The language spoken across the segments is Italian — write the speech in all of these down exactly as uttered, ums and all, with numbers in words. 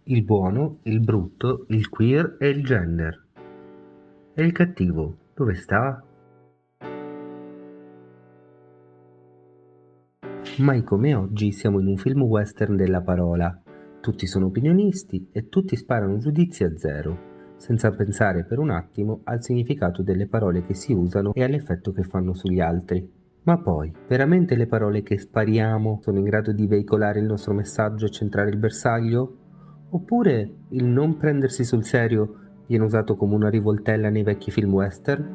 il buono, il brutto, il queer e il gender. E il cattivo, dove sta? Mai come oggi siamo in un film western della parola. Tutti sono opinionisti e tutti sparano giudizi a zero, senza pensare per un attimo al significato delle parole che si usano e all'effetto che fanno sugli altri. Ma poi, veramente le parole che spariamo sono in grado di veicolare il nostro messaggio e centrare il bersaglio? Oppure il non prendersi sul serio viene usato come una rivoltella nei vecchi film western?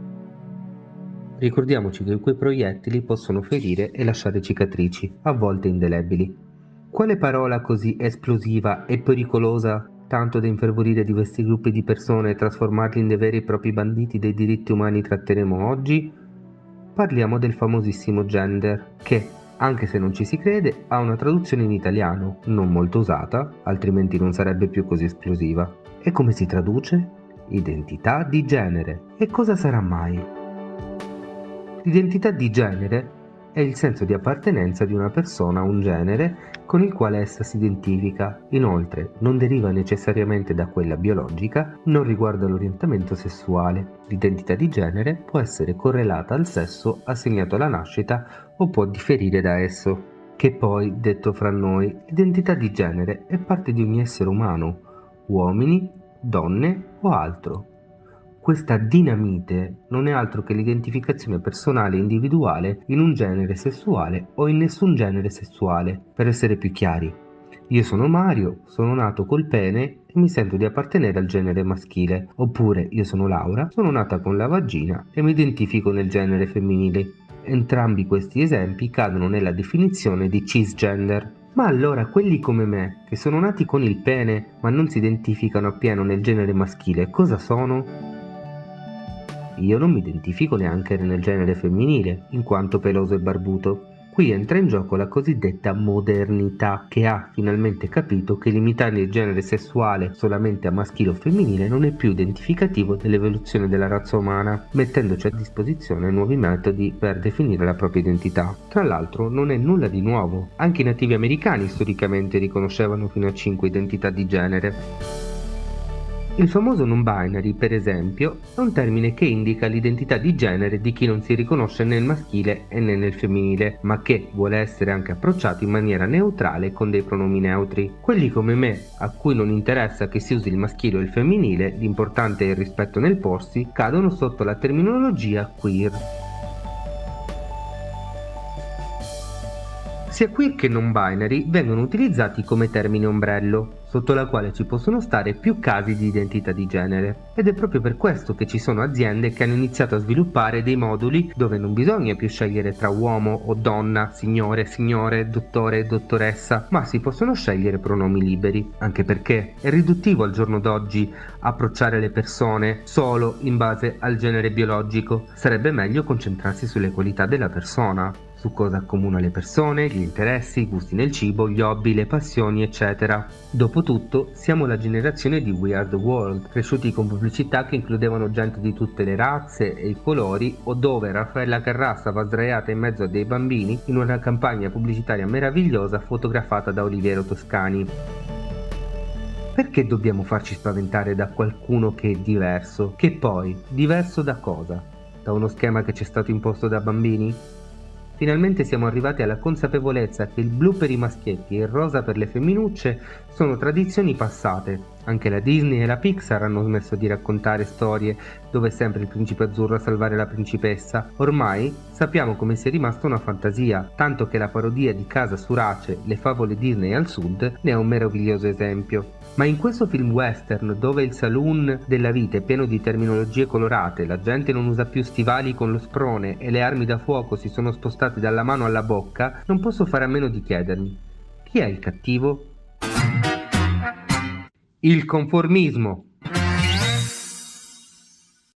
Ricordiamoci che quei proiettili possono ferire e lasciare cicatrici, a volte indelebili. Quale parola così esplosiva e pericolosa, tanto da infervorire diversi gruppi di persone e trasformarli in dei veri e propri banditi dei diritti umani tratteremo oggi? Parliamo del famosissimo gender, che, anche se non ci si crede, ha una traduzione in italiano, non molto usata, altrimenti non sarebbe più così esplosiva. E come si traduce? Identità di genere. E cosa sarà mai? L'identità di genere è il senso di appartenenza di una persona a un genere con il quale essa si identifica. Inoltre, non deriva necessariamente da quella biologica, non riguarda l'orientamento sessuale. L'identità di genere può essere correlata al sesso assegnato alla nascita o può differire da esso. Che poi, detto fra noi, l'identità di genere è parte di ogni essere umano, uomini, donne o altro. Questa dinamite non è altro che l'identificazione personale e individuale in un genere sessuale o in nessun genere sessuale. Per essere più chiari, io sono Mario, sono nato col pene e mi sento di appartenere al genere maschile, oppure io sono Laura, sono nata con la vagina e mi identifico nel genere femminile. Entrambi questi esempi cadono nella definizione di cisgender. Ma allora quelli come me, che sono nati con il pene ma non si identificano appieno nel genere maschile, cosa sono? Io non mi identifico neanche nel genere femminile, in quanto peloso e barbuto. Qui entra in gioco la cosiddetta modernità, che ha finalmente capito che limitare il genere sessuale solamente a maschile o femminile non è più identificativo dell'evoluzione della razza umana, mettendoci a disposizione nuovi metodi per definire la propria identità. Tra l'altro non è nulla di nuovo, anche i nativi americani storicamente riconoscevano fino a cinque identità di genere. Il famoso non-binary, per esempio, è un termine che indica l'identità di genere di chi non si riconosce né nel maschile e né nel femminile, ma che vuole essere anche approcciato in maniera neutrale con dei pronomi neutri. Quelli come me, a cui non interessa che si usi il maschile o il femminile, l'importante è il rispetto nel porsi, cadono sotto la terminologia queer. Sia queer che non binary vengono utilizzati come termine ombrello, sotto la quale ci possono stare più casi di identità di genere. Ed è proprio per questo che ci sono aziende che hanno iniziato a sviluppare dei moduli dove non bisogna più scegliere tra uomo o donna, signore, signore, dottore, dottoressa, ma si possono scegliere pronomi liberi, anche perché è riduttivo al giorno d'oggi approcciare le persone solo in base al genere biologico. Sarebbe meglio concentrarsi sulle qualità della persona, su cosa accomuna le persone, gli interessi, i gusti nel cibo, gli hobby, le passioni, eccetera. Dopotutto, siamo la generazione di We Are The World, cresciuti con pubblicità che includevano gente di tutte le razze e i colori, o dove Raffaella Carrà stava sdraiata in mezzo a dei bambini in una campagna pubblicitaria meravigliosa fotografata da Oliviero Toscani. Perché dobbiamo farci spaventare da qualcuno che è diverso? Che poi, diverso da cosa? Da uno schema che ci è stato imposto da bambini? Finalmente siamo arrivati alla consapevolezza che il blu per i maschietti e il rosa per le femminucce sono tradizioni passate. Anche la Disney e la Pixar hanno smesso di raccontare storie dove è sempre il principe azzurro a salvare la principessa. Ormai sappiamo come sia rimasta una fantasia, tanto che la parodia di Casa Surace, le favole Disney al sud, ne è un meraviglioso esempio. Ma in questo film western, dove il saloon della vita è pieno di terminologie colorate, la gente non usa più stivali con lo sprone e le armi da fuoco si sono spostate dalla mano alla bocca, non posso fare a meno di chiedermi: chi è il cattivo? Il conformismo.